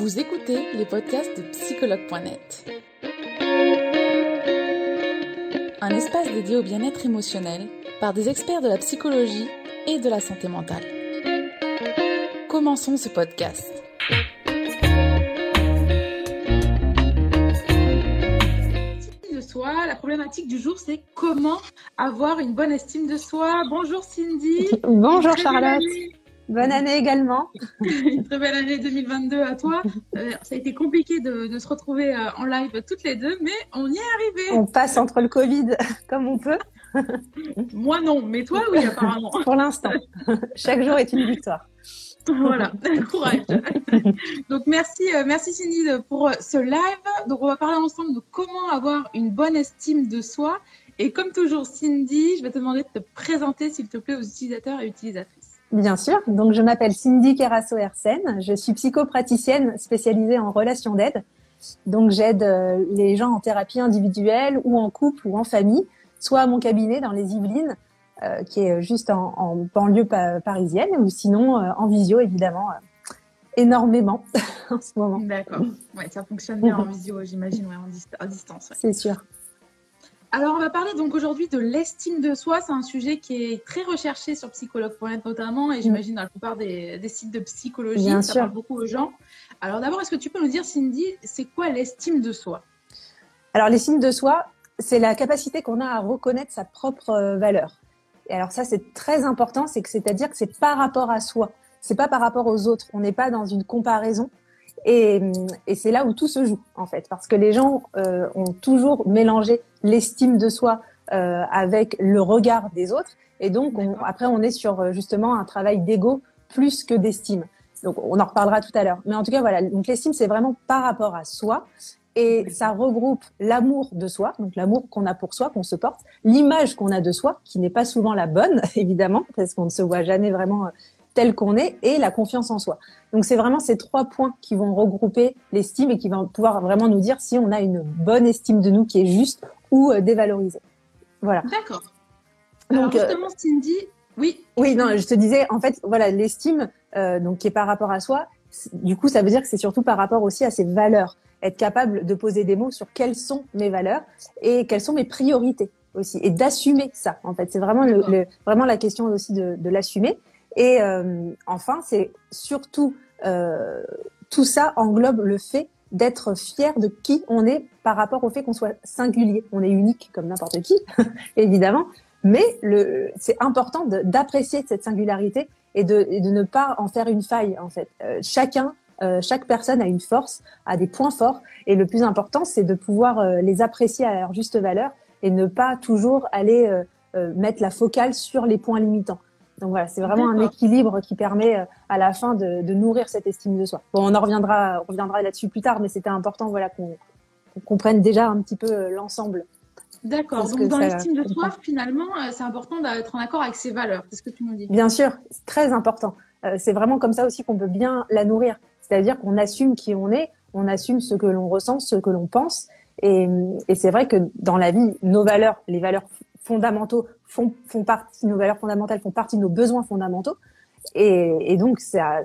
Vous écoutez les podcasts de psychologue.net. Un espace dédié au bien-être émotionnel par des experts de la psychologie et de la santé mentale. Commençons ce podcast. De soi, la problématique du jour, c'est comment avoir une bonne estime de soi. Bonjour Cindy. Bonjour Charlotte. Bonne année également. Une très belle année 2022 à toi. Ça a été compliqué de se retrouver en live toutes les deux, mais on y est arrivé. On passe entre le Covid comme on peut. Moi non, mais toi oui apparemment. Pour l'instant. Chaque jour est une victoire. Voilà, courage. Donc merci Cindy pour ce live. Donc on va parler ensemble de comment avoir une bonne estime de soi. Et comme toujours Cindy, je vais te demander de te présenter s'il te plaît aux utilisateurs et utilisatrices. Bien sûr. Donc, je m'appelle Cindy Kerasso-Hersen. Je suis psychopraticienne spécialisée en relations d'aide. Donc, j'aide les gens en thérapie individuelle ou en couple ou en famille, soit à mon cabinet dans les Yvelines, qui est juste en banlieue parisienne, ou sinon en visio, évidemment, énormément en ce moment. D'accord. Ouais, ça fonctionne bien en visio, j'imagine, ouais, à distance. Ouais. C'est sûr. Alors, on va parler donc aujourd'hui de l'estime de soi. C'est un sujet qui est très recherché sur psychologue.net notamment, et j'imagine dans la plupart des sites de psychologie. Bien ça sûr. parle beaucoup aux gens. Alors d'abord, est-ce que tu peux nous dire, Cindy, c'est quoi l'estime de soi? Alors, l'estime de soi, c'est la capacité qu'on a à reconnaître sa propre valeur. Et alors ça, c'est très important, c'est-à-dire que c'est par rapport à soi. C'est pas par rapport aux autres. On n'est pas dans une comparaison. Et c'est là où tout se joue, en fait, parce que les gens ont toujours mélangé l'estime de soi avec le regard des autres, et donc après on est sur justement un travail d'ego plus que d'estime. Donc on en reparlera tout à l'heure. Mais en tout cas voilà, donc l'estime c'est vraiment par rapport à soi, et ça regroupe l'amour de soi, donc l'amour qu'on a pour soi, qu'on se porte, l'image qu'on a de soi, qui n'est pas souvent la bonne évidemment, parce qu'on ne se voit jamais vraiment tel qu'on est, et la confiance en soi. Donc c'est vraiment ces trois points qui vont regrouper l'estime et qui vont pouvoir vraiment nous dire si on a une bonne estime de nous qui est juste ou dévalorisée. Voilà. D'accord. Alors donc justement, Cindy, oui. Oui, non, je te disais, en fait, voilà, l'estime, donc qui est par rapport à soi, du coup, ça veut dire que c'est surtout par rapport aussi à ses valeurs. Être capable de poser des mots sur quelles sont mes valeurs et quelles sont mes priorités aussi, et d'assumer ça. En fait, c'est vraiment vraiment la question aussi de l'assumer. Et enfin, c'est surtout tout ça englobe le fait d'être fier de qui on est par rapport au fait qu'on soit singulier. On est unique comme n'importe qui, évidemment, mais c'est important d'apprécier cette singularité et de ne pas en faire une faille. En fait, chaque personne a une force, a des points forts, et le plus important, c'est de pouvoir les apprécier à leur juste valeur et ne pas toujours aller mettre la focale sur les points limitants. Donc voilà, c'est vraiment un équilibre qui permet à la fin de nourrir cette estime de soi. Bon, on reviendra là-dessus plus tard, mais c'était important, voilà, qu'on comprenne déjà un petit peu l'ensemble. D'accord. Donc dans l'estime de soi, finalement, c'est important d'être en accord avec ses valeurs. C'est ce que tu nous dis. Bien sûr, c'est très important. C'est vraiment comme ça aussi qu'on peut bien la nourrir. C'est-à-dire qu'on assume qui on est, on assume ce que l'on ressent, ce que l'on pense. Et c'est vrai que dans la vie, nos valeurs, les valeurs fondamentaux font partie, nos valeurs fondamentales font partie de nos besoins fondamentaux, et donc ça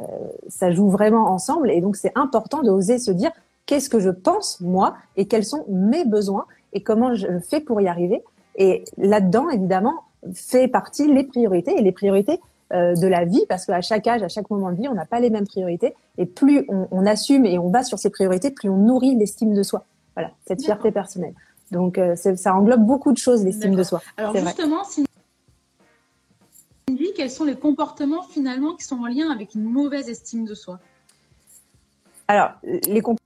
joue vraiment ensemble, et donc c'est important de oser se dire qu'est-ce que je pense moi et quels sont mes besoins et comment je fais pour y arriver. Et là-dedans évidemment fait partie les priorités, et les priorités de la vie, parce qu'à chaque âge, à chaque moment de vie, on n'a pas les mêmes priorités, et plus on assume et on va sur ces priorités, plus on nourrit l'estime de soi. Voilà, cette fierté personnelle. Donc, ça englobe beaucoup de choses, l'estime de soi. Alors justement, Cindy, quels sont les comportements finalement qui sont en lien avec une mauvaise estime de soi? Alors, les comportements...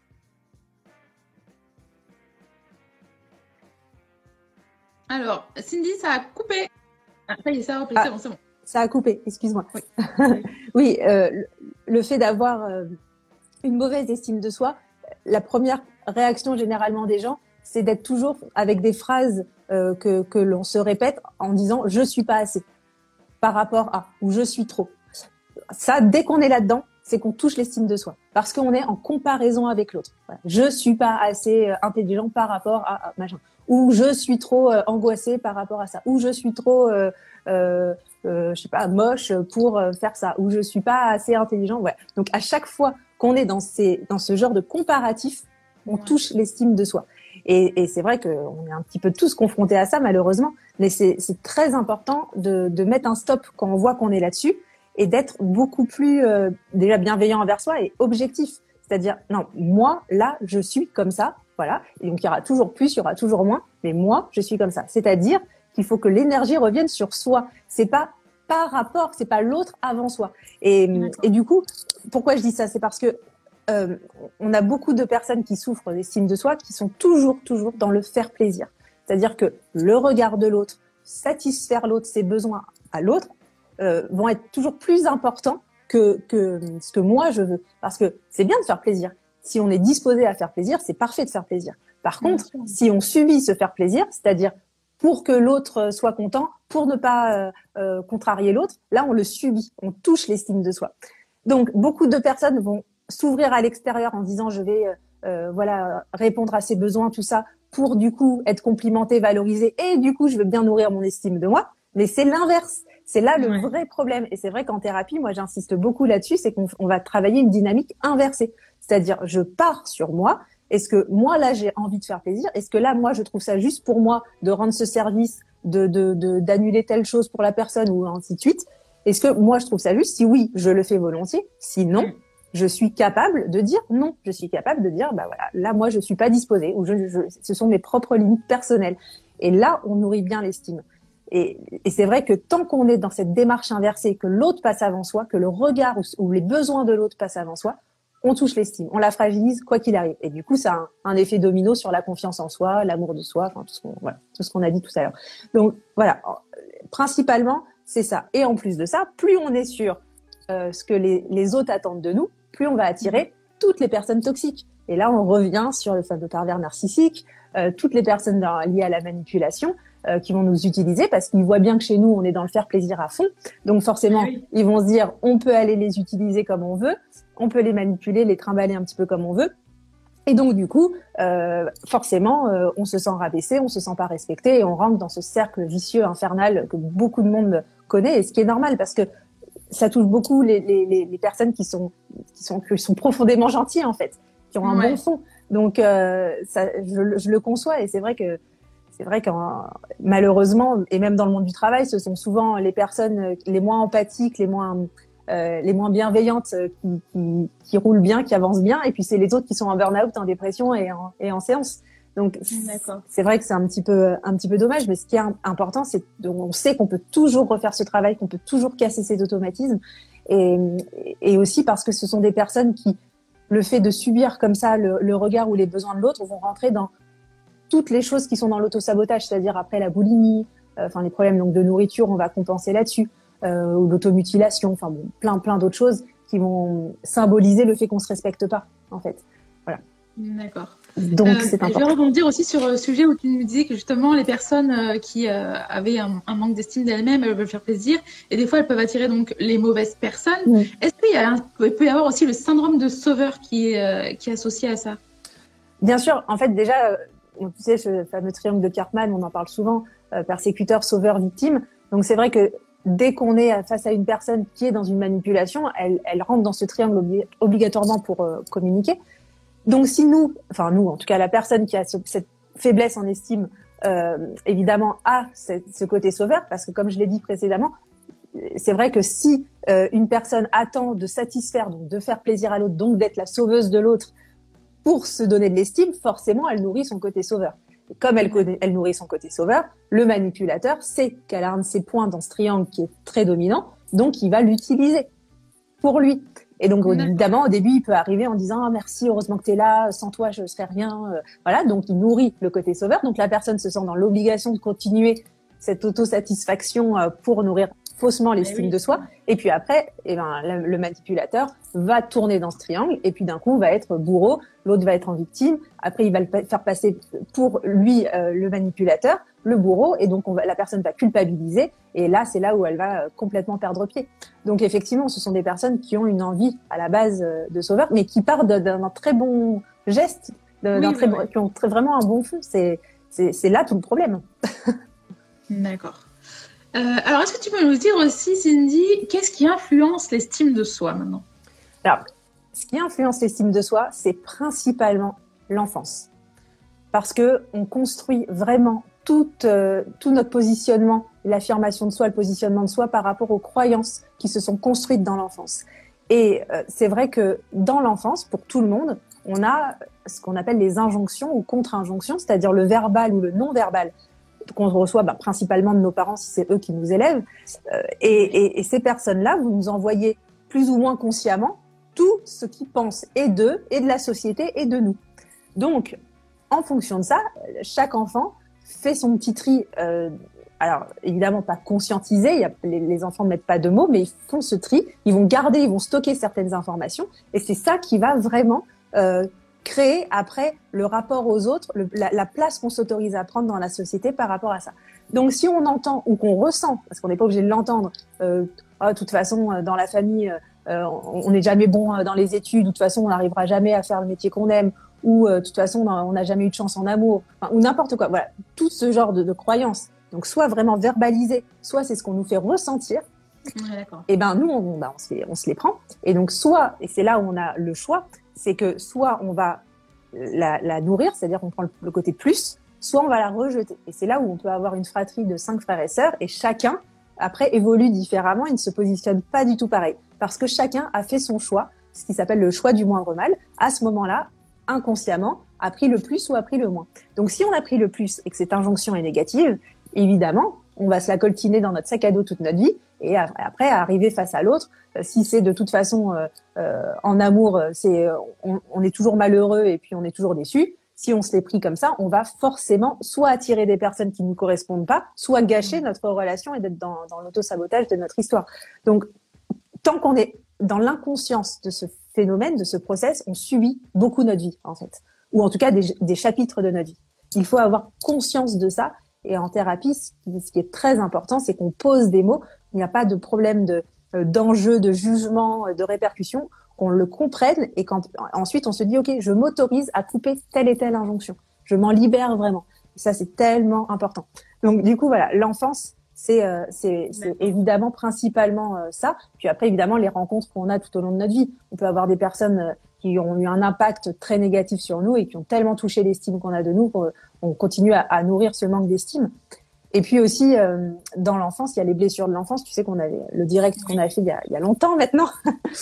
Alors, Cindy, ça a coupé. Ah, ça y est, ça a repris, c'est bon. Ça a coupé, excuse-moi. Oui, oui, le fait d'avoir une mauvaise estime de soi, la première réaction généralement des gens, c'est d'être toujours avec des phrases que l'on se répète en disant « je suis pas assez » par rapport à ou « je suis trop ». Ça, dès qu'on est là-dedans, c'est qu'on touche l'estime de soi parce qu'on est en comparaison avec l'autre. Voilà. Je suis pas assez intelligent par rapport à machin, ou je suis trop angoissé par rapport à ça, ou je suis trop je sais pas, moche pour faire ça, ou je suis pas assez intelligent. Voilà. Donc à chaque fois qu'on est dans ce genre de comparatif, on touche l'estime de soi. Et c'est vrai qu'on est un petit peu tous confrontés à ça, malheureusement, mais c'est très important de mettre un stop quand on voit qu'on est là-dessus et d'être beaucoup plus déjà bienveillant envers soi et objectif. C'est-à-dire, non, moi, là, je suis comme ça, voilà. Et donc, il y aura toujours plus, il y aura toujours moins, mais moi, je suis comme ça. C'est-à-dire qu'il faut que l'énergie revienne sur soi. C'est pas par rapport, c'est pas l'autre avant soi. Et du coup, pourquoi je dis ça? C'est parce que on a beaucoup de personnes qui souffrent d'estime de soi, qui sont toujours dans le faire plaisir. C'est-à-dire que le regard de l'autre, satisfaire l'autre, ses besoins à l'autre, vont être toujours plus importants que ce que moi je veux. Parce que c'est bien de faire plaisir. Si on est disposé à faire plaisir, c'est parfait de faire plaisir. Par contre, si on subit se faire plaisir, c'est-à-dire pour que l'autre soit content, pour ne pas contrarier l'autre, là on le subit, on touche l'estime de soi. Donc beaucoup de personnes vont s'ouvrir à l'extérieur en disant je vais voilà répondre à ses besoins, tout ça, pour du coup être complimenté, valorisé, et du coup je veux bien nourrir mon estime de moi. Mais c'est l'inverse. C'est là le vrai problème. Et c'est vrai qu'en thérapie, moi j'insiste beaucoup là-dessus, c'est qu'on va travailler une dynamique inversée. C'est-à-dire je pars sur moi. Est-ce que moi là j'ai envie de faire plaisir? Est-ce que là moi je trouve ça juste pour moi de rendre ce service, d'annuler telle chose pour la personne ou ainsi de suite? Est-ce que moi je trouve ça juste? Si oui, je le fais volontiers. Sinon, je suis capable de dire non. Je suis capable de dire bah voilà, là moi je suis pas disposée ou ce sont mes propres limites personnelles. Et là on nourrit bien l'estime. Et c'est vrai que tant qu'on est dans cette démarche inversée, que l'autre passe avant soi, que le regard ou les besoins de l'autre passent avant soi, on touche l'estime, on la fragilise quoi qu'il arrive. Et du coup, ça a un effet domino sur la confiance en soi, l'amour de soi, enfin tout ce qu'on a dit tout à l'heure. Donc voilà, principalement c'est ça. Et en plus de ça, plus on est sur ce que les autres attendent de nous, plus on va attirer toutes les personnes toxiques. Et là, on revient sur le fameux pervers narcissique, toutes les personnes liées à la manipulation. Qui vont nous utiliser parce qu'ils voient bien que chez nous, on est dans le faire plaisir à fond. Donc forcément, ils vont se dire, on peut aller les utiliser comme on veut, on peut les manipuler, les trimballer un petit peu comme on veut. Et donc du coup, forcément, on se sent rabaissé, on se sent pas respecté et on rentre dans ce cercle vicieux, infernal que beaucoup de monde connaît. Et ce qui est normal parce que ça touche beaucoup les personnes qui sont profondément gentilles en fait, qui ont un bon fond. Donc je le conçois et c'est vrai que malheureusement, et même dans le monde du travail, ce sont souvent les personnes les moins empathiques, les moins bienveillantes qui roulent bien, qui avancent bien, et puis c'est les autres qui sont en burn-out, en dépression et en séance. Donc c'est vrai que c'est un petit peu dommage, mais ce qui est important, c'est on sait qu'on peut toujours refaire ce travail, qu'on peut toujours casser ces automatismes, et aussi parce que ce sont des personnes qui, le fait de subir comme ça le regard ou les besoins de l'autre, vont rentrer dans toutes les choses qui sont dans l'autosabotage, c'est-à-dire après la boulimie, les problèmes donc de nourriture, on va compenser là-dessus, ou l'automutilation, plein d'autres choses qui vont symboliser le fait qu'on se respecte pas, en fait. Voilà. D'accord. Donc c'est important. Je vais rebondir aussi sur le sujet où tu nous disais que justement les personnes qui avaient un manque d'estime d'elles-mêmes, elles veulent faire plaisir, et des fois elles peuvent attirer donc les mauvaises personnes. Est-ce qu'il peut y avoir aussi le syndrome de sauveur qui est associé à ça? Bien sûr, en fait déjà. Donc, tu sais, ce fameux triangle de Karpman, on en parle souvent, persécuteur, sauveur, victime. Donc, c'est vrai que dès qu'on est face à une personne qui est dans une manipulation, elle rentre dans ce triangle obligatoirement pour communiquer. Donc, si nous, en tout cas, la personne qui a cette faiblesse en estime, évidemment, a ce côté sauveur, parce que comme je l'ai dit précédemment, c'est vrai que si une personne attend de satisfaire, donc de faire plaisir à l'autre, donc d'être la sauveuse de l'autre, pour se donner de l'estime, forcément, elle nourrit son côté sauveur. Et comme elle nourrit son côté sauveur, le manipulateur sait qu'elle a un de ses points dans ce triangle qui est très dominant, donc il va l'utiliser pour lui. Et donc, évidemment, au début, il peut arriver en disant « Ah, merci, heureusement que tu es là, sans toi, je ne serais rien. » Voilà, donc il nourrit le côté sauveur. Donc la personne se sent dans l'obligation de continuer cette autosatisfaction pour nourrir faussement l'estime de soi. Et puis après, le manipulateur va tourner dans ce triangle et puis d'un coup va être bourreau, l'autre va être en victime. Après, il va le faire passer pour lui le manipulateur, le bourreau, et donc la personne va culpabiliser. Et là, c'est là où elle va complètement perdre pied. Donc effectivement, ce sont des personnes qui ont une envie à la base de sauveur, mais qui partent d'un très bon geste, qui ont vraiment un bon fond. C'est là tout le problème. D'accord. Alors, est-ce que tu peux nous dire aussi, Cindy, qu'est-ce qui influence l'estime de soi maintenant? Alors, ce qui influence l'estime de soi, c'est principalement l'enfance. Parce que on construit vraiment tout notre positionnement, l'affirmation de soi, le positionnement de soi par rapport aux croyances qui se sont construites dans l'enfance. Et c'est vrai que dans l'enfance, pour tout le monde, on a ce qu'on appelle les injonctions ou contre-injonctions, c'est-à-dire le verbal ou le non-verbal qu'on reçoit principalement de nos parents si c'est eux qui nous élèvent. Et ces personnes-là, vous nous envoyez plus ou moins consciemment tout ce qu'ils pensent et d'eux, et de la société, et de nous. Donc, en fonction de ça, chaque enfant fait son petit tri. Alors, évidemment, pas conscientisé. Les enfants ne mettent pas de mots, mais ils font ce tri. Ils vont garder, ils vont stocker certaines informations. Et c'est ça qui va vraiment créer après le rapport aux autres, la place qu'on s'autorise à prendre dans la société par rapport à ça. Donc, si on entend ou qu'on ressent, parce qu'on n'est pas obligé de l'entendre, de toute façon, dans la famille, on n'est jamais bon dans les études, de toute façon, on n'arrivera jamais à faire le métier qu'on aime, ou de toute façon, on n'a jamais eu de chance en amour, ou n'importe quoi. Voilà, tout ce genre de croyances. Donc, soit vraiment verbalisé, soit c'est ce qu'on nous fait ressentir. Ouais, et ben nous, on se les prend. Et donc, soit, et c'est là où on a le choix, c'est que soit on va la nourrir, c'est-à-dire on prend le côté plus, soit on va la rejeter. Et c'est là où on peut avoir une fratrie de 5 frères et sœurs, et chacun, après, évolue différemment, il ne se positionne pas du tout pareil. Parce que chacun a fait son choix, ce qui s'appelle le choix du moindre mal, à ce moment-là, inconsciemment, a pris le plus ou a pris le moins. Donc, si on a pris le plus et que cette injonction est négative, évidemment, on va se la coltiner dans notre sac à dos toute notre vie, et après, arriver face à l'autre, si c'est de toute façon en amour, on est toujours malheureux et puis on est toujours déçu. Si on se l'est pris comme ça, on va forcément soit attirer des personnes qui ne nous correspondent pas, soit gâcher notre relation et d'être dans l'auto-sabotage de notre histoire. Donc, tant qu'on est dans l'inconscience de ce phénomène, de ce process, on subit beaucoup notre vie, en fait. Ou en tout cas, des chapitres de notre vie. Il faut avoir conscience de ça. Et en thérapie, ce qui est très important, c'est qu'on pose des mots. Il n'y a pas de problème d'enjeu, de jugement, de répercussion, qu'on le comprenne et ensuite on se dit, OK, je m'autorise à couper telle et telle injonction. Je m'en libère vraiment. Et ça, c'est tellement important. Donc, du coup, voilà, l'enfance, c'est évidemment principalement ça. Puis après, évidemment, les rencontres qu'on a tout au long de notre vie. On peut avoir des personnes qui ont eu un impact très négatif sur nous et qui ont tellement touché l'estime qu'on a de nous qu'on continue à nourrir ce manque d'estime. Et puis aussi, dans l'enfance, il y a les blessures de l'enfance. Tu sais qu'on avait le direct qu'on a fait il y a longtemps maintenant,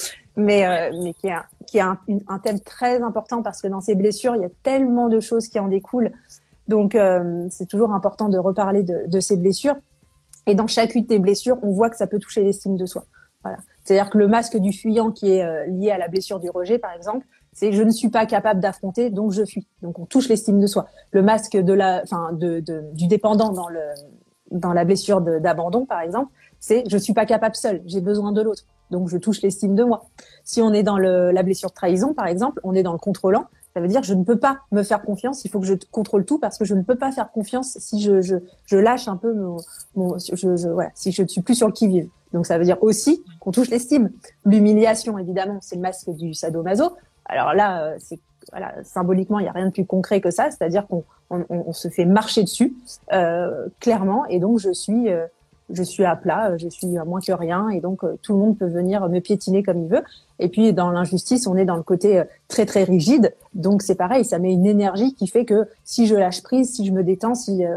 mais qui est un thème très important parce que dans ces blessures, il y a tellement de choses qui en découlent. Donc, c'est toujours important de reparler de ces blessures. Et dans chacune des blessures, on voit que ça peut toucher l'estime de soi. Voilà. C'est-à-dire que le masque du fuyant qui est lié à la blessure du rejet, par exemple, c'est je ne suis pas capable d'affronter, donc je fuis. Donc on touche l'estime de soi. Le masque du dépendant dans la blessure d'abandon, par exemple, c'est je suis pas capable seul, j'ai besoin de l'autre. Donc je touche l'estime de moi. Si on est dans la blessure de trahison, par exemple, on est dans le contrôlant. Ça veut dire je ne peux pas me faire confiance, il faut que je contrôle tout parce que je ne peux pas faire confiance si je lâche un peu si je ne suis plus sur le qui-vive. Donc ça veut dire aussi qu'on touche l'estime. L'humiliation, évidemment, c'est le masque du sadomaso. Alors là, symboliquement, il n'y a rien de plus concret que ça, c'est-à-dire qu'on se fait marcher dessus, clairement, et donc je suis à plat, je suis à moins que rien, et donc tout le monde peut venir me piétiner comme il veut. Et puis dans l'injustice, on est dans le côté très très rigide, donc c'est pareil, ça met une énergie qui fait que si je lâche prise, si je me détends,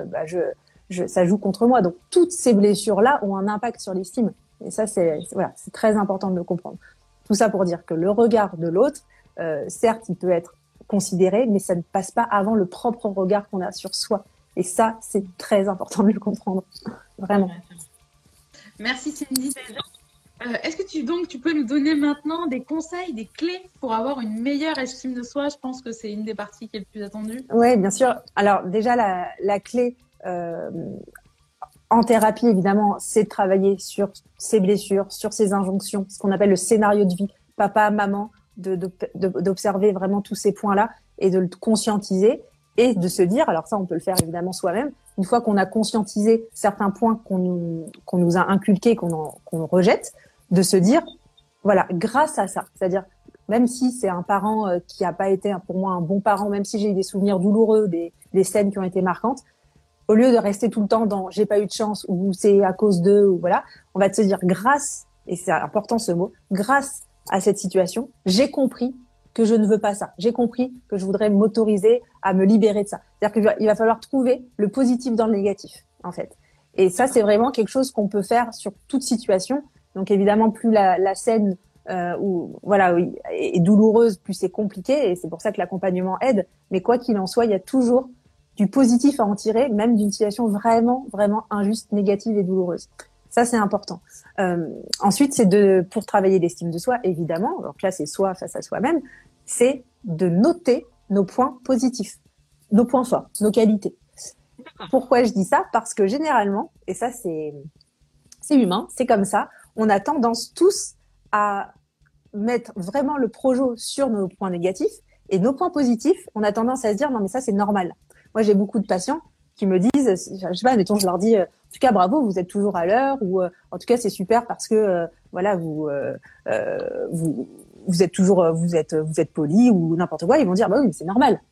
ça joue contre moi. Donc toutes ces blessures-là ont un impact sur l'estime, et ça c'est très important de le comprendre. Tout ça pour dire que le regard de l'autre, certes, il peut être considéré, mais ça ne passe pas avant le propre regard qu'on a sur soi. Et ça, c'est très important de le comprendre. Vraiment. Merci Cindy. Est-ce que tu peux nous donner maintenant des conseils, des clés pour avoir une meilleure estime de soi? Je pense que c'est une des parties qui est le plus attendue. Oui, bien sûr. Alors déjà, la clé en thérapie, évidemment, c'est de travailler sur ces blessures, sur ces injonctions, ce qu'on appelle le scénario de vie. Papa, maman, d'observer vraiment tous ces points-là et de le conscientiser et de se dire, alors ça on peut le faire évidemment soi-même, une fois qu'on a conscientisé certains points qu'on nous a inculqués, qu'on rejette, de se dire, voilà, grâce à ça, c'est-à-dire même si c'est un parent qui n'a pas été pour moi un bon parent, même si j'ai eu des souvenirs douloureux, des scènes qui ont été marquantes, au lieu de rester tout le temps dans j'ai pas eu de chance ou c'est à cause d'eux ou voilà, on va se dire grâce, et c'est important ce mot, grâce à cette situation, j'ai compris que je ne veux pas ça. J'ai compris que je voudrais m'autoriser à me libérer de ça. C'est-à-dire qu'il va falloir trouver le positif dans le négatif, en fait. Et ça, c'est vraiment quelque chose qu'on peut faire sur toute situation. Donc évidemment, plus la scène est douloureuse, plus c'est compliqué, et c'est pour ça que l'accompagnement aide. Mais quoi qu'il en soit, il y a toujours du positif à en tirer, même d'une situation vraiment, vraiment injuste, négative et douloureuse. Ça, c'est important. Ensuite, pour travailler l'estime de soi, évidemment, donc là, c'est soi face à soi-même, c'est de noter nos points positifs, nos points forts, nos qualités. Pourquoi je dis ça? Parce que généralement, et ça, c'est humain, c'est comme ça, on a tendance tous à mettre vraiment le projo sur nos points négatifs, et nos points positifs, on a tendance à se dire, non, mais ça, c'est normal. Moi, j'ai beaucoup de patients qui me disent, je sais pas, mettons, je leur dis, en tout cas, bravo, vous êtes toujours à l'heure, ou en tout cas, c'est super parce que voilà, vous êtes toujours, vous êtes poli ou n'importe quoi. Ils vont dire, bah oui, mais c'est normal.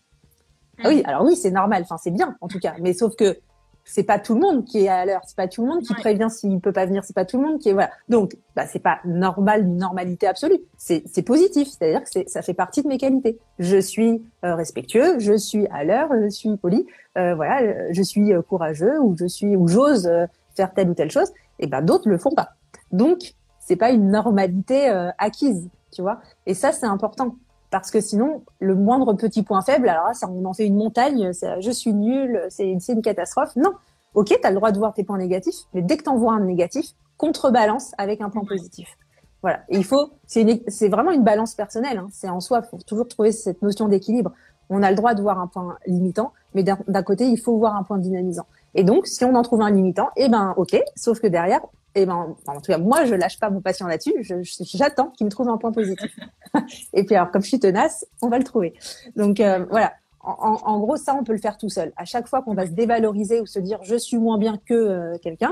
Ah oui, alors oui, c'est normal. Enfin, c'est bien en tout cas, mais sauf que c'est pas tout le monde qui est à l'heure, c'est pas tout le monde qui prévient s'il peut pas venir, c'est pas tout le monde qui est voilà. Donc, bah c'est pas normal, une normalité absolue. C'est positif, c'est-à-dire que ça fait partie de mes qualités. Je suis respectueux, je suis à l'heure, je suis poli, voilà, je suis courageux ou j'ose faire telle ou telle chose. Et ben d'autres le font pas. Donc, c'est pas une normalité acquise, tu vois. Et ça, c'est important. Parce que sinon, le moindre petit point faible, alors là, ça, on en fait une montagne, je suis nulle, c'est une catastrophe. Non. Ok, tu as le droit de voir tes points négatifs, mais dès que tu en vois un négatif, contrebalance avec un point positif. Voilà. Et c'est vraiment une balance personnelle, hein. C'est en soi, il faut toujours trouver cette notion d'équilibre. On a le droit de voir un point limitant, mais d'un côté, il faut voir un point dynamisant. Et donc, si on en trouve un limitant, eh ben, ok, sauf que derrière, eh ben, en tout cas, moi, je lâche pas mon patient là-dessus. J'attends qu'il me trouve un point positif. Et puis, alors, comme je suis tenace, on va le trouver. Donc, voilà. En gros, ça, on peut le faire tout seul. À chaque fois qu'on va se dévaloriser ou se dire, je suis moins bien que quelqu'un,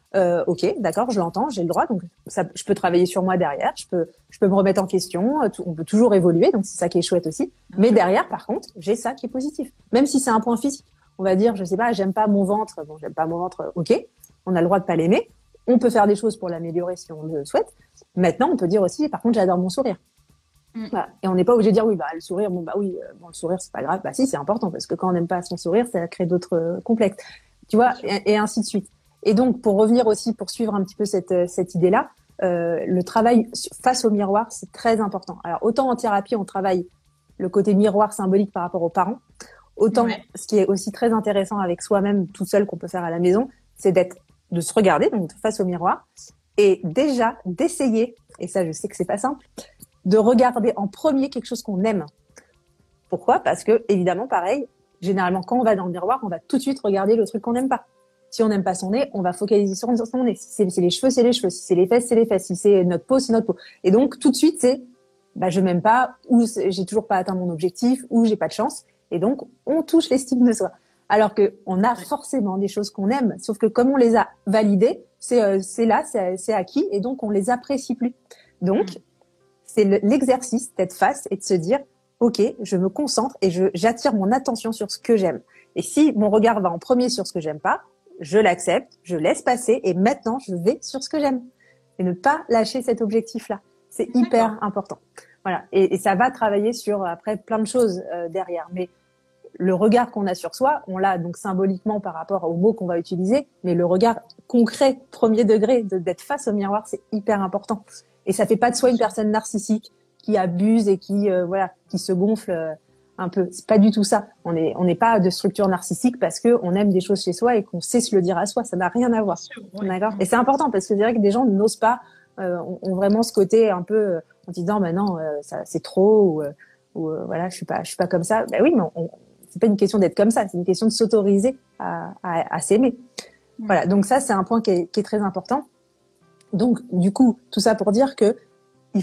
ok, d'accord, je l'entends, j'ai le droit. Donc, ça, je peux travailler sur moi derrière. Je peux me remettre en question. On peut toujours évoluer. Donc, c'est ça qui est chouette aussi. Mais derrière, par contre, j'ai ça qui est positif. Même si c'est un point physique. On va dire, je sais pas, j'aime pas mon ventre. Bon, j'aime pas mon ventre. Ok. On a le droit de pas l'aimer. On peut faire des choses pour l'améliorer si on le souhaite. Maintenant, on peut dire aussi, par contre, j'adore mon sourire. Voilà. Et on n'est pas obligé de dire, oui, bah, le sourire, bon, bah oui, bon, le sourire, c'est pas grave. Bah si, c'est important parce que quand on n'aime pas son sourire, ça crée d'autres complexes. Tu vois, et ainsi de suite. Et donc, pour revenir aussi, pour suivre un petit peu cette idée-là, le travail face au miroir, c'est très important. Alors, autant en thérapie, on travaille le côté miroir symbolique par rapport aux parents, autant ce qui est aussi très intéressant avec soi-même tout seul qu'on peut faire à la maison, c'est de se regarder, donc face au miroir, et déjà d'essayer, et ça je sais que c'est pas simple, de regarder en premier quelque chose qu'on aime. Pourquoi? Parce que, évidemment, pareil, généralement, quand on va dans le miroir, on va tout de suite regarder le truc qu'on n'aime pas. Si on n'aime pas son nez, on va focaliser sur son nez. Si c'est les cheveux, c'est les cheveux. Si c'est les fesses, c'est les fesses. Si c'est notre peau, c'est notre peau. Et donc, tout de suite, c'est, bah, je m'aime pas, ou j'ai toujours pas atteint mon objectif, ou j'ai pas de chance. Et donc, on touche l'estime de soi. Alors que on a forcément des choses qu'on aime, sauf que comme on les a validées, c'est là, c'est acquis, et donc on les apprécie plus. Donc, c'est l'exercice d'être face et de se dire, ok, je me concentre et j'attire mon attention sur ce que j'aime. Et si mon regard va en premier sur ce que j'aime pas, je l'accepte, je laisse passer, et maintenant je vais sur ce que j'aime. Et ne pas lâcher cet objectif-là. C'est hyper important. Voilà. Et ça va travailler sur, après, plein de choses derrière. Mais le regard qu'on a sur soi, on l'a donc symboliquement par rapport aux mots qu'on va utiliser, mais le regard concret, premier degré, d'être face au miroir, c'est hyper important. Et ça fait pas de soi une personne narcissique qui abuse et qui se gonfle un peu. C'est pas du tout ça. On n'est pas de structure narcissique parce que on aime des choses chez soi et qu'on sait se le dire à soi. Ça n'a rien à voir. D'accord. Et c'est important parce que c'est vrai que des gens n'osent pas, ont vraiment ce côté un peu en disant, bah non, ça c'est trop ou voilà, je suis pas comme ça. Ben oui, mais c'est pas une question d'être comme ça, c'est une question de s'autoriser à s'aimer. Voilà, donc ça c'est un point qui est très important. Donc du coup, tout ça pour dire que il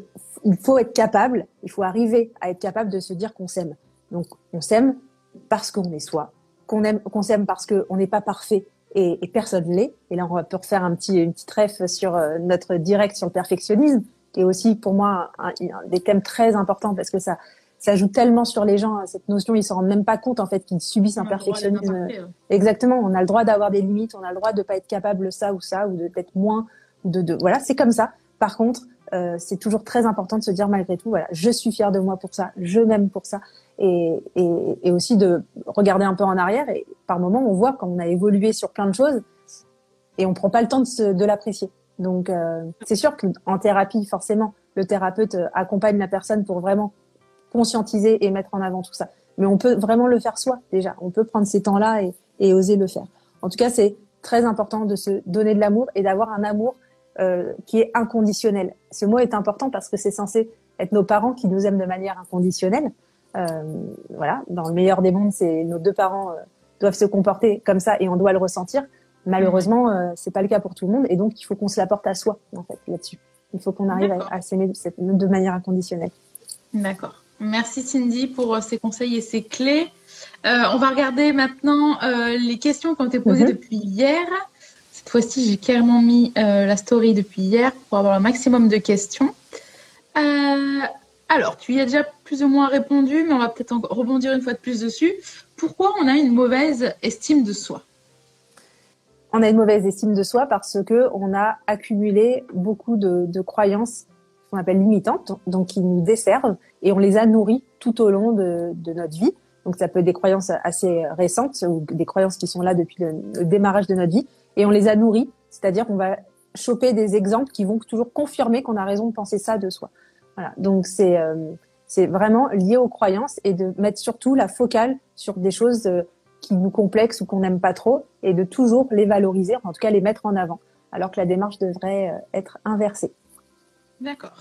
faut être capable, il faut arriver à être capable de se dire qu'on s'aime. Donc on s'aime parce qu'on est soi, qu'on s'aime parce qu'on n'est pas parfait et personne l'est. Et là on va refaire une petite ref sur notre direct sur le perfectionnisme, qui est aussi pour moi un des thèmes très importants parce que ça ça joue tellement sur les gens, cette notion, ils s'en rendent même pas compte en fait qu'ils subissent un perfectionnisme. Exactement, on a le droit d'avoir des limites, on a le droit de pas être capable de ça ou de peut-être moins, voilà, c'est comme ça. Par contre, c'est toujours très important de se dire malgré tout, voilà, je suis fière de moi pour ça, je m'aime pour ça, et aussi de regarder un peu en arrière. Et par moments, on voit quand on a évolué sur plein de choses, et on prend pas le temps de l'apprécier. Donc, c'est sûr qu'en thérapie, forcément, le thérapeute accompagne la personne pour vraiment conscientiser et mettre en avant tout ça. Mais on peut vraiment le faire soi, déjà. On peut prendre ces temps-là et oser le faire. En tout cas, c'est très important de se donner de l'amour et d'avoir un amour qui est inconditionnel. Ce mot est important parce que c'est censé être nos parents qui nous aiment de manière inconditionnelle. Voilà, dans le meilleur des mondes, c'est nos deux parents doivent se comporter comme ça et on doit le ressentir. Malheureusement, c'est pas le cas pour tout le monde et donc il faut qu'on se l'apporte à soi en fait là-dessus. Il faut qu'on arrive à s'aimer de manière inconditionnelle. D'accord. Merci Cindy pour ces conseils et ces clés. On va regarder maintenant les questions qui ont été posées depuis hier. Cette fois-ci, j'ai carrément mis la story depuis hier pour avoir le maximum de questions. Alors, tu y as déjà plus ou moins répondu, mais on va peut-être rebondir une fois de plus dessus. Pourquoi on a une mauvaise estime de soi ? On a une mauvaise estime de soi parce que on a accumulé beaucoup de croyances qu'on appelle limitantes, donc qui nous desservent, et on les a nourries tout au long de notre vie. Donc ça peut être des croyances assez récentes ou des croyances qui sont là depuis le démarrage de notre vie, et on les a nourries, c'est-à-dire qu'on va choper des exemples qui vont toujours confirmer qu'on a raison de penser ça de soi. Voilà. Donc c'est vraiment lié aux croyances et de mettre surtout la focale sur des choses qui nous complexent ou qu'on n'aime pas trop, et de toujours les valoriser, en tout cas les mettre en avant, alors que la démarche devrait être inversée. D'accord.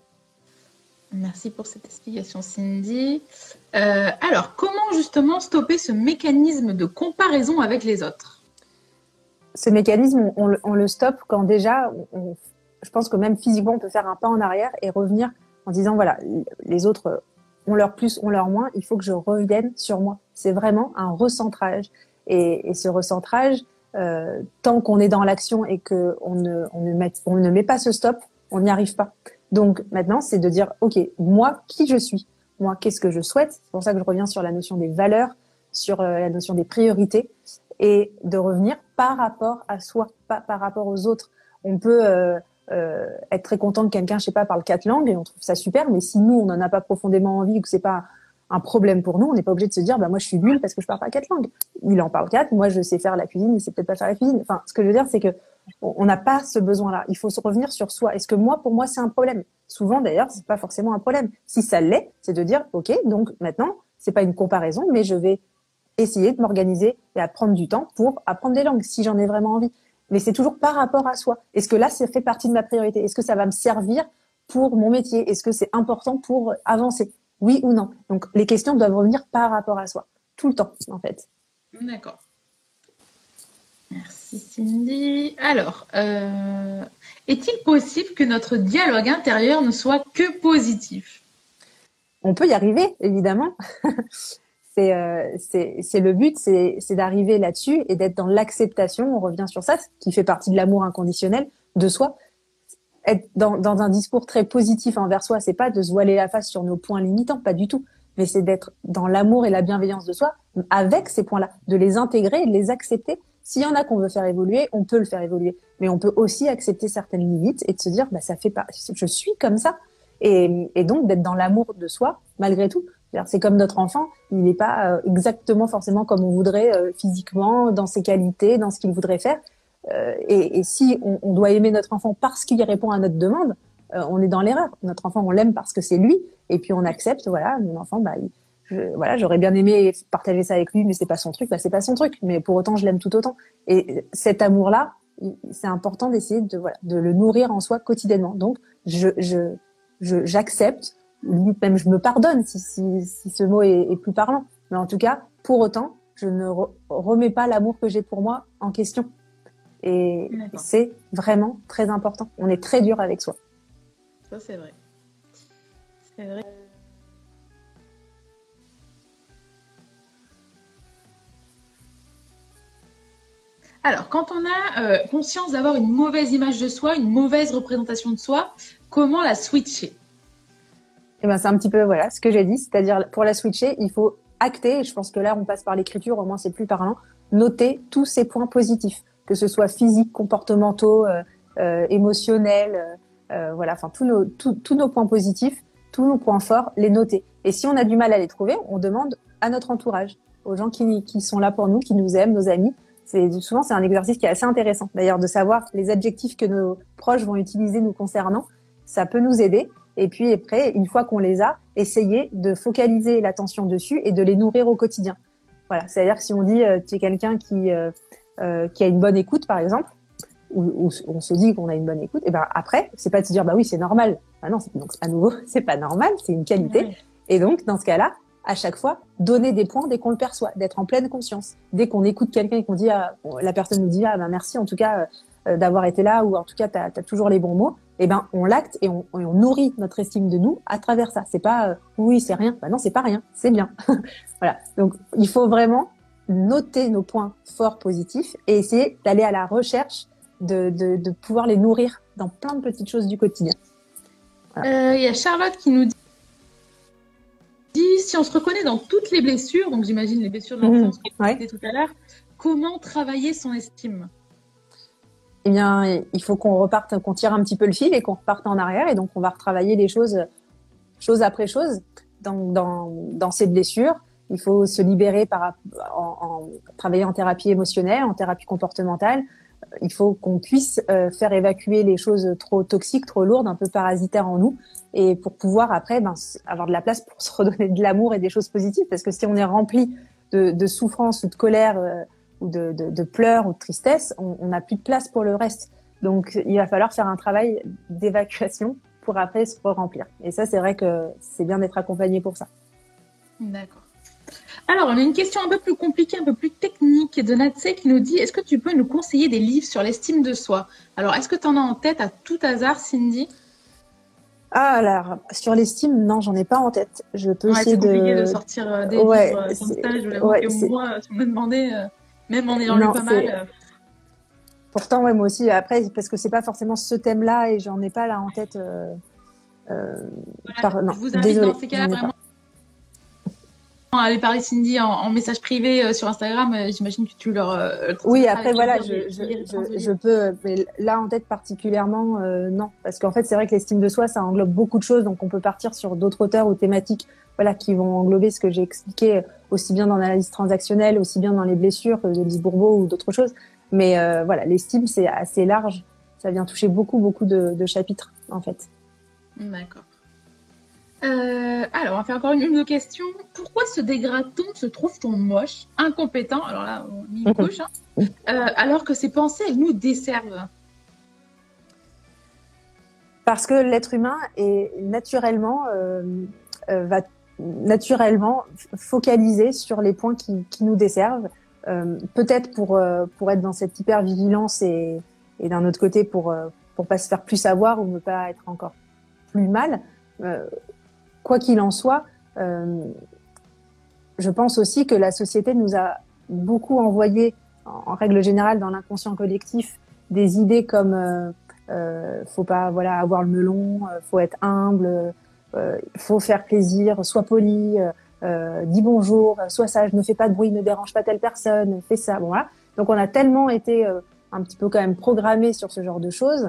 Merci pour cette explication, Cindy. Alors, comment justement stopper ce mécanisme de comparaison avec les autres ? Ce mécanisme, on le stoppe quand déjà, je pense que même physiquement, on peut faire un pas en arrière et revenir en disant, voilà, les autres ont leur plus, ont leur moins, il faut que je revienne sur moi. C'est vraiment un recentrage. Et ce recentrage, tant qu'on est dans l'action et qu'on ne met pas ce stop, on n'y arrive pas. Donc maintenant, c'est de dire, ok, moi, qui je suis ? Moi, qu'est-ce que je souhaite ? C'est pour ça que je reviens sur la notion des valeurs, sur la notion des priorités, et de revenir par rapport à soi, pas par rapport aux autres. On peut être très content que quelqu'un, je sais pas, parle 4 langues et on trouve ça super, mais si nous, on n'en a pas profondément envie ou que c'est pas un problème pour nous, on n'est pas obligé de se dire, bah moi je suis nulle parce que je parle pas 4 langues. Il en parle 4, moi je sais faire la cuisine, il sait peut-être pas faire la cuisine. Enfin, ce que je veux dire, c'est que on n'a pas ce besoin-là. Il faut se revenir sur soi. Est-ce que pour moi, c'est un problème ? Souvent, d'ailleurs, c'est pas forcément un problème. Si ça l'est, c'est de dire, ok, donc maintenant, c'est pas une comparaison, mais je vais essayer de m'organiser et à prendre du temps pour apprendre des langues si j'en ai vraiment envie. Mais c'est toujours par rapport à soi. Est-ce que là, ça fait partie de ma priorité ? Est-ce que ça va me servir pour mon métier ? Est-ce que c'est important pour avancer ? Oui ou non ? Donc, les questions doivent revenir par rapport à soi. Tout le temps, en fait. D'accord. Merci Cindy. Alors, est-il possible que notre dialogue intérieur ne soit que positif ? On peut y arriver, évidemment. C'est le but, c'est d'arriver là-dessus et d'être dans l'acceptation. On revient sur ça, qui fait partie de l'amour inconditionnel de soi. Être dans un discours très positif envers soi, c'est pas de se voiler la face sur nos points limitants, pas du tout. Mais c'est d'être dans l'amour et la bienveillance de soi avec ces points-là, de les intégrer et de les accepter. S'il y en a qu'on veut faire évoluer, on peut le faire évoluer. Mais on peut aussi accepter certaines limites et de se dire, bah, ça fait pas, je suis comme ça. Et donc, d'être dans l'amour de soi, malgré tout. C'est comme notre enfant, il n'est pas exactement forcément comme on voudrait physiquement, dans ses qualités, dans ce qu'il voudrait faire. Et si on doit aimer notre enfant parce qu'il répond à notre demande, on est dans l'erreur. Notre enfant, on l'aime parce que c'est lui, et puis on accepte. Voilà, mon enfant, bah, voilà, j'aurais bien aimé partager ça avec lui, mais c'est pas son truc. Bah, c'est pas son truc, mais pour autant, je l'aime tout autant. Et cet amour-là, c'est important d'essayer de le nourrir en soi quotidiennement. Donc, j'accepte. Limite même je me pardonne si ce mot est plus parlant, mais en tout cas pour autant je ne remets pas l'amour que j'ai pour moi en question, et c'est vraiment très important. On est très dur avec soi. Ça c'est vrai. C'est vrai. Alors, quand on a conscience d'avoir une mauvaise image de soi, une mauvaise représentation de soi, comment la switcher ? Et ben, c'est un petit peu, voilà, ce que j'ai dit. C'est-à-dire, pour la switcher, il faut acter. Et je pense que là, on passe par l'écriture. Au moins, c'est plus parlant. Noter tous ces points positifs, que ce soit physiques, comportementaux, émotionnels, voilà, enfin, tous nos points positifs, tous nos points forts, les noter. Et si on a du mal à les trouver, on demande à notre entourage, aux gens qui sont là pour nous, qui nous aiment, nos amis. Souvent, c'est un exercice qui est assez intéressant. D'ailleurs, de savoir les adjectifs que nos proches vont utiliser nous concernant, ça peut nous aider. Et puis après, une fois qu'on les a, essayer de focaliser l'attention dessus et de les nourrir au quotidien. Voilà, c'est-à-dire que si on dit tu es quelqu'un qui a une bonne écoute, par exemple, ou on se dit qu'on a une bonne écoute, et ben après, c'est pas de se dire bah oui c'est normal. Ah non, donc à nouveau c'est pas normal, c'est une qualité. Oui. Et donc dans ce cas-là, à chaque fois, donner des points dès qu'on le perçoit, d'être en pleine conscience. Dès qu'on écoute quelqu'un et qu'on dit la personne nous dit ben merci en tout cas d'avoir été là, ou en tout cas t'as toujours les bons mots, et ben on l'acte et on nourrit notre estime de nous à travers ça. C'est pas oui c'est rien, ben non c'est pas rien, c'est bien. Voilà. Donc il faut vraiment noter nos points forts positifs et essayer d'aller à la recherche de pouvoir les nourrir dans plein de petites choses du quotidien. Voilà. Y a Charlotte qui nous dit si on se reconnaît dans toutes les blessures, donc j'imagine les blessures de l'enfance qu'on a tout à l'heure, comment travailler son estime? Eh bien, il faut qu'on tire un petit peu le fil et qu'on reparte en arrière, et donc on va retravailler les choses après chose dans ces blessures. Il faut se libérer en travailler en thérapie émotionnelle, en thérapie comportementale. Il faut qu'on puisse faire évacuer les choses trop toxiques, trop lourdes, un peu parasitaires en nous, et pour pouvoir après avoir de la place pour se redonner de l'amour et des choses positives. Parce que si on est rempli de souffrance ou de colère ou de pleurs ou de tristesse, on n'a plus de place pour le reste. Donc il va falloir faire un travail d'évacuation pour après se remplir. Et ça, c'est vrai que c'est bien d'être accompagné pour ça. D'accord. Alors, on a une question un peu plus compliquée, un peu plus technique de Natsé qui nous dit est-ce que tu peux nous conseiller des livres sur l'estime de soi? Alors, est-ce que tu en as en tête à tout hasard, Cindy? Ah, alors, sur l'estime, non, j'en ai pas en tête. Je peux essayer c'est compliqué de sortir des livres comme ça. Je l'avoue que moi, si on me demandait, même en ayant lu pas mal. Pourtant, moi aussi, après, parce que c'est pas forcément ce thème-là et j'en ai pas là en tête. Non, je vous invite dans ces cas-là vraiment à aller parler Cindy en message privé sur Instagram. J'imagine que tu leur. Oui, après voilà, je peux, mais là en tête particulièrement non, parce qu'en fait c'est vrai que l'estime de soi ça englobe beaucoup de choses, donc on peut partir sur d'autres auteurs ou thématiques, voilà, qui vont englober ce que j'ai expliqué aussi bien dans l'analyse transactionnelle, aussi bien dans les blessures de Lise Bourbeau ou d'autres choses. Mais voilà, l'estime c'est assez large, ça vient toucher beaucoup de chapitres en fait. D'accord. Alors, on va faire encore une question. Pourquoi se dégrade-t-on, se trouve-t-on moche, incompétent? Alors là, on met une couche, alors que ces pensées, elles nous desservent. Parce que l'être humain est va naturellement focaliser sur les points qui nous desservent. Peut-être pour être dans cette hyper-vigilance et d'un autre côté pour pas se faire plus savoir ou ne pas être encore plus mal. Quoi qu'il en soit, je pense aussi que la société nous a beaucoup envoyé, en règle générale, dans l'inconscient collectif, des idées comme faut pas avoir le melon, faut être humble, faut faire plaisir, sois poli, dis bonjour, sois sage, ne fais pas de bruit, ne dérange pas telle personne, fais ça. Bon, voilà. Donc on a tellement été un petit peu quand même programmé sur ce genre de choses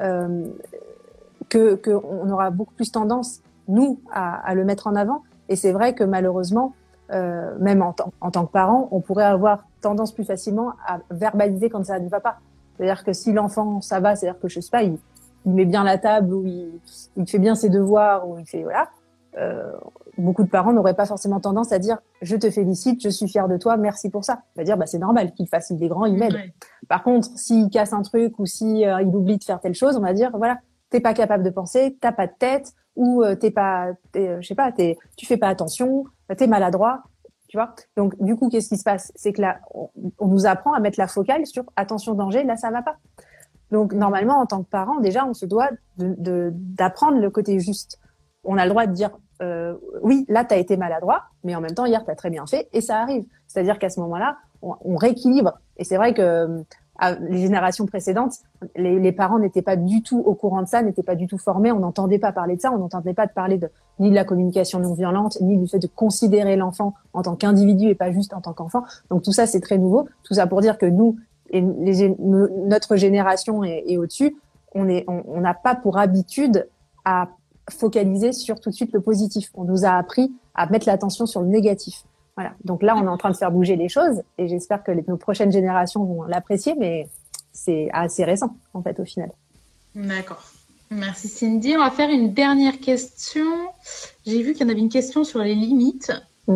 que on aura beaucoup plus tendance nous à le mettre en avant. Et c'est vrai que malheureusement, même en tant que parent, on pourrait avoir tendance plus facilement à verbaliser quand ça ne va pas. C'est-à-dire que si l'enfant ça va, c'est-à-dire que je sais pas, il met bien la table ou il fait bien ses devoirs ou il fait beaucoup de parents n'auraient pas forcément tendance à dire je te félicite, je suis fière de toi, merci pour ça. On va dire c'est normal qu'il fasse, il est grand, il m'aide. Ouais. Par contre, s'il casse un truc ou si il oublie de faire telle chose, on va dire t'es pas capable de penser, t'as pas de tête ou tu fais pas attention, t'es maladroit, tu vois. Donc du coup, qu'est-ce qui se passe? C'est que là, on nous apprend à mettre la focale sur attention danger, là ça va pas. Donc normalement, en tant que parent, déjà, on se doit d'apprendre le côté juste. On a le droit de dire oui, là t'as été maladroit, mais en même temps hier t'as très bien fait et ça arrive. C'est-à-dire qu'à ce moment-là, on rééquilibre. Et c'est vrai que les générations précédentes, les parents n'étaient pas du tout au courant de ça, n'étaient pas du tout formés, on n'entendait pas parler de ça, on n'entendait pas parler ni de la communication non violente, ni du fait de considérer l'enfant en tant qu'individu et pas juste en tant qu'enfant. Donc tout ça, c'est très nouveau. Tout ça pour dire que nous, et notre génération et au-dessus, on n'a pas pour habitude à focaliser sur tout de suite le positif. On nous a appris à mettre l'attention sur le négatif. Voilà. Donc là, on est en train de faire bouger les choses et j'espère que nos prochaines générations vont l'apprécier, mais c'est assez récent, en fait, au final. D'accord. Merci Cindy. On va faire une dernière question. J'ai vu qu'il y en avait une question sur les limites.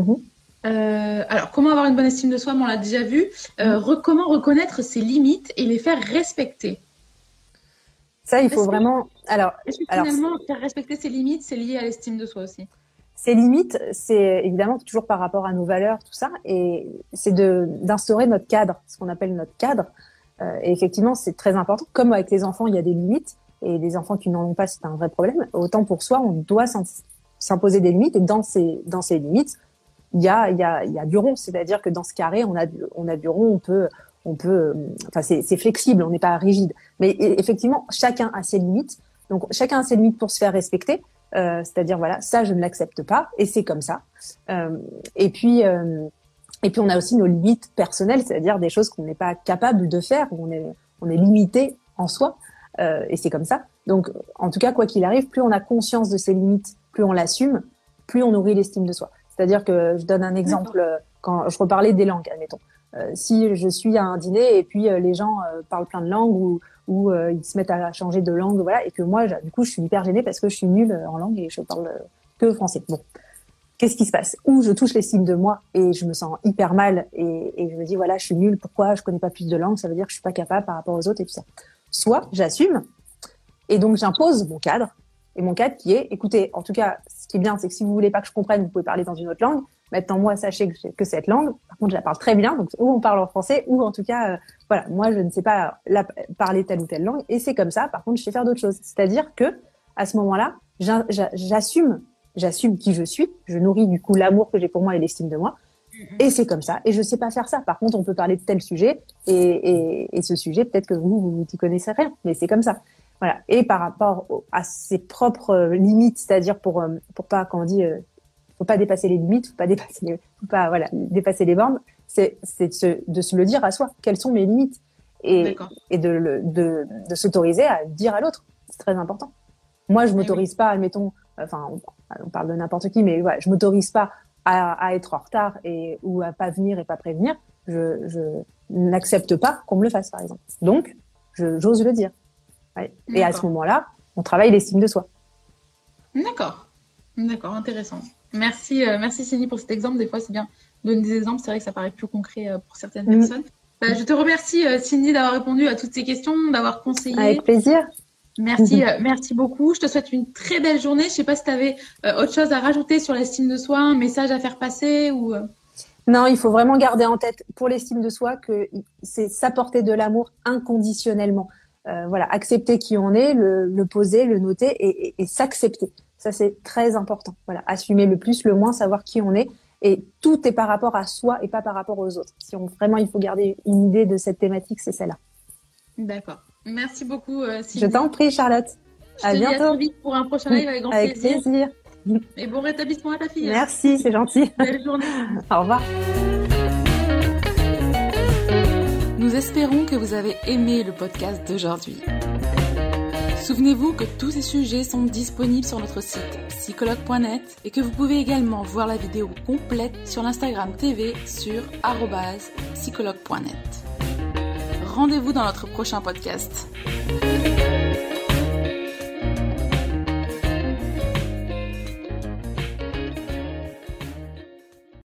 Alors, comment avoir une bonne estime de soi? On l'a déjà vu. Comment reconnaître ses limites et les faire respecter? Ça, il faut vraiment... Est-ce que finalement, faire respecter ses limites, c'est lié à l'estime de soi aussi? Ces limites, c'est évidemment toujours par rapport à nos valeurs, tout ça, et c'est d'instaurer notre cadre, ce qu'on appelle notre cadre. Et effectivement, c'est très important. Comme avec les enfants, il y a des limites, et les enfants qui n'en ont pas, c'est un vrai problème. Autant pour soi, on doit s'imposer des limites, et dans ces limites, il y a du rond, c'est-à-dire que dans ce carré, on a du rond, enfin c'est flexible, on n'est pas rigide. Mais effectivement, chacun a ses limites. Donc chacun a ses limites pour se faire respecter. C'est-à-dire voilà, ça je ne l'accepte pas et c'est comme ça. Et puis on a aussi nos limites personnelles, c'est-à-dire des choses qu'on n'est pas capable de faire, où on est limité en soi et c'est comme ça. Donc en tout cas quoi qu'il arrive, plus on a conscience de ses limites, plus on l'assume, plus on nourrit l'estime de soi. C'est-à-dire que je donne un exemple quand je reparlais des langues, admettons. Si je suis à un dîner et puis les gens parlent plein de langues ou ils se mettent à changer de langue, voilà, et que moi, du coup, je suis hyper gênée parce que je suis nulle en langue et je parle que français. Bon, qu'est-ce qui se passe? Ou je touche l'estime de moi et je me sens hyper mal et je me dis, voilà, je suis nulle, pourquoi je connais pas plus de langues? Ça veut dire que je suis pas capable par rapport aux autres et tout ça. Soit j'assume et donc j'impose mon cadre. Et mon cadre qui est, écoutez, en tout cas, ce qui est bien, c'est que si vous voulez pas que je comprenne, vous pouvez parler dans une autre langue. Maintenant, moi, sachez que cette langue, par contre, je la parle très bien. Donc, ou on parle en français, ou en tout cas, voilà, moi, je ne sais pas parler telle ou telle langue. Et c'est comme ça. Par contre, je sais faire d'autres choses. C'est-à-dire que, à ce moment-là, j'assume qui je suis. Je nourris, du coup, l'amour que j'ai pour moi et l'estime de moi. Et c'est comme ça. Et je sais pas faire ça. Par contre, on peut parler de tel sujet. Et ce sujet, peut-être que vous n'y connaissez rien. Mais c'est comme ça. Voilà. Et par rapport à ses propres limites, c'est-à-dire pour pas, quand on dit, faut pas dépasser les limites, faut pas dépasser les bornes, c'est de se le dire à soi. Quelles sont mes limites? Et de s'autoriser à dire à l'autre. C'est très important. Moi, je m'autorise pas, admettons, enfin, on parle de n'importe qui, mais voilà, je m'autorise pas à être en retard ou à pas venir et pas prévenir. Je n'accepte pas qu'on me le fasse, par exemple. Donc, j'ose le dire. Ouais. Et à ce moment-là, on travaille l'estime de soi. D'accord, intéressant. Merci Cindy pour cet exemple. Des fois, c'est bien de donner des exemples. C'est vrai que ça paraît plus concret pour certaines personnes. Je te remercie Cindy d'avoir répondu à toutes ces questions, d'avoir conseillé. Avec plaisir. Merci beaucoup. Je te souhaite une très belle journée. Je sais pas si tu avais autre chose à rajouter sur l'estime de soi, un message à faire passer ou. Non, il faut vraiment garder en tête pour l'estime de soi que c'est s'apporter de l'amour inconditionnellement. Voilà, accepter qui on est, le poser, le noter et s'accepter. Ça, c'est très important. Voilà, assumer le plus, le moins, savoir qui on est. Et tout est par rapport à soi et pas par rapport aux autres. Si vraiment il faut garder une idée de cette thématique, c'est celle-là. D'accord. Merci beaucoup, Cindy. Je t'en prie, Charlotte. À bientôt. À très vite pour un prochain live avec grand plaisir. Avec plaisir. Et bon rétablissement à ta fille. Merci, c'est gentil. Belle journée. Au revoir. Nous espérons que vous avez aimé le podcast d'aujourd'hui. Souvenez-vous que tous ces sujets sont disponibles sur notre site psychologue.net et que vous pouvez également voir la vidéo complète sur l'Instagram TV sur @psychologue.net. Rendez-vous dans notre prochain podcast.